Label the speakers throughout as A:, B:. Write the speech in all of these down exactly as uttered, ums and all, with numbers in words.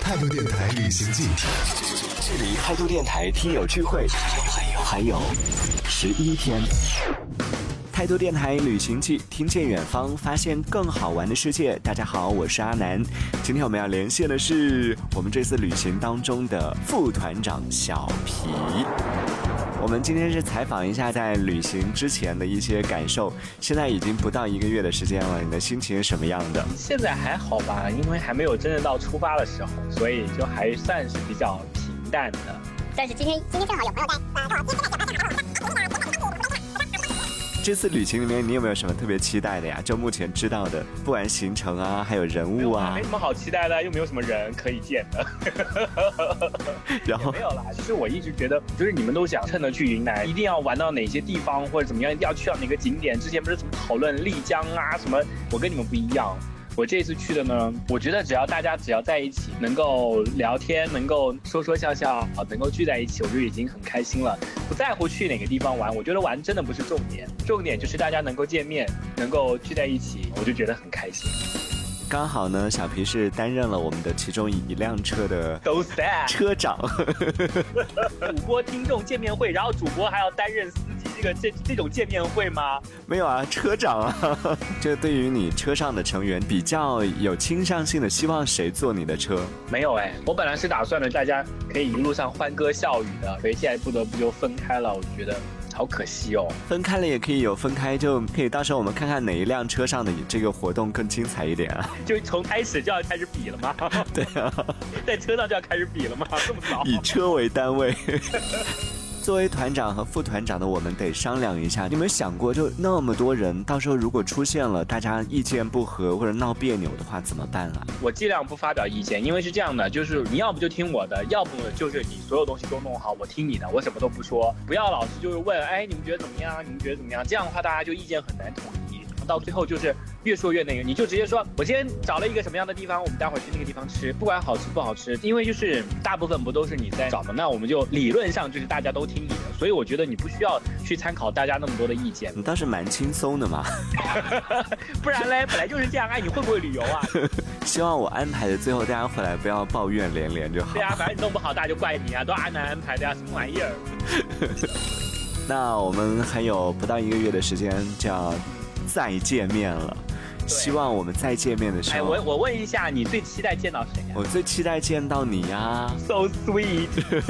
A: 态度电台旅行记，
B: 这里态度电台听友聚会，还有还有十一天。态度电台旅行记，听见远方，发现更好玩的世界。大家好，我是阿南。今天我们要连线的是我们这次旅行当中的副团长小皮。我们今天是采访一下在旅行之前的一些感受。现在已经不到一个月的时间了，你的心情是什么样的？
C: 现在还好吧，因为还没有真正到出发的时候，所以就还算是比较平淡的。
D: 但是今天今天正好有朋友在，呃，看我今天在酒吧正好
B: 这次旅行里面，你有没有什么特别期待的呀？就目前知道的，不管行程啊，还有人物啊，
C: 没什么好期待的，又没有什么人可以见的。
B: 然后
C: 没有啦，其实我一直觉得，就是你们都想趁着去云南，一定要玩到哪些地方或者怎么样，一定要去到哪个景点。之前不是怎么讨论丽江啊什么，我跟你们不一样。我这次去的呢，我觉得只要大家只要在一起，能够聊天，能够说说笑笑，啊，能够聚在一起，我就已经很开心了。不在乎去哪个地方玩，我觉得玩真的不是重点，重点就是大家能够见面，能够聚在一起，我就觉得很开心。
B: 刚好呢，小皮是担任了我们的其中一辆车的车长。
C: 主播听众见面会，然后主播还要担任司机，这个这这种见面会吗？
B: 没有啊，车长啊。这对于你车上的成员比较有倾向性的，希望谁坐你的车？
C: 没有哎，我本来是打算的，大家可以一路上欢歌笑语的，所以现在不得不就分开了，我觉得好可惜哦。
B: 分开了也可以有分开，就可以到时候我们看看哪一辆车上的这个活动更精彩一点啊。
C: 就从开始就要开始比了吗？
B: 对啊，
C: 在车上就要开始比了吗？这么早？
B: 以车为单位。作为团长和副团长的我们得商量一下，你有没有想过，就那么多人，到时候如果出现了大家意见不合或者闹别扭的话，怎么办啊？
C: 我尽量不发表意见，因为是这样的，就是你要不就听我的，要不就是你所有东西都弄好，我听你的，我什么都不说，不要老是就是问，哎，你们觉得怎么样？你们觉得怎么样？这样的话，大家就意见很难统一。到最后就是越说越那个，你就直接说，我今天找了一个什么样的地方，我们待会儿去那个地方吃，不管好吃不好吃，因为就是大部分不都是你在找嘛，那我们就理论上就是大家都听你的，所以我觉得你不需要去参考大家那么多的意见。
B: 你倒是蛮轻松的嘛。
C: 不然嘞，本来就是这样。哎，你会不会旅游啊？
B: 希望我安排的最后大家回来不要抱怨连连就好。
C: 对啊，反正你弄不好大家就怪你啊，都阿南安排的呀，什么玩意儿？
B: 那我们还有不到一个月的时间就要再见面了，希望我们再见面的时候，
C: 哎，我我问一下，你最期待见到谁呀？
B: 我最期待见到你呀。
C: So sweet。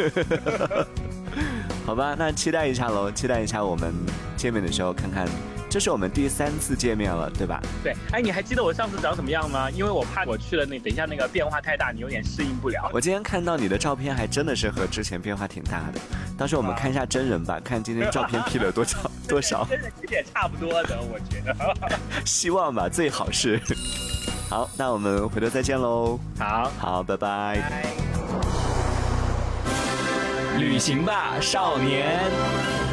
B: 好吧，那期待一下喽，期待一下我们见面的时候，看看。这是我们第三次见面了，对吧？
C: 对，哎，你还记得我上次长什么样吗？因为我怕我去了那，等一下那个变化太大，你有点适应不了。
B: 我今天看到你的照片，还真的是和之前变化挺大的。到时候我们看一下真人吧，看今天照片 P 了多少多少。
C: 真人有点差不多的，我觉得。
B: 希望吧，最好是。好，那我们回头再见喽。
C: 好，
B: 好，拜拜。
C: 拜。
B: 旅行吧，少年。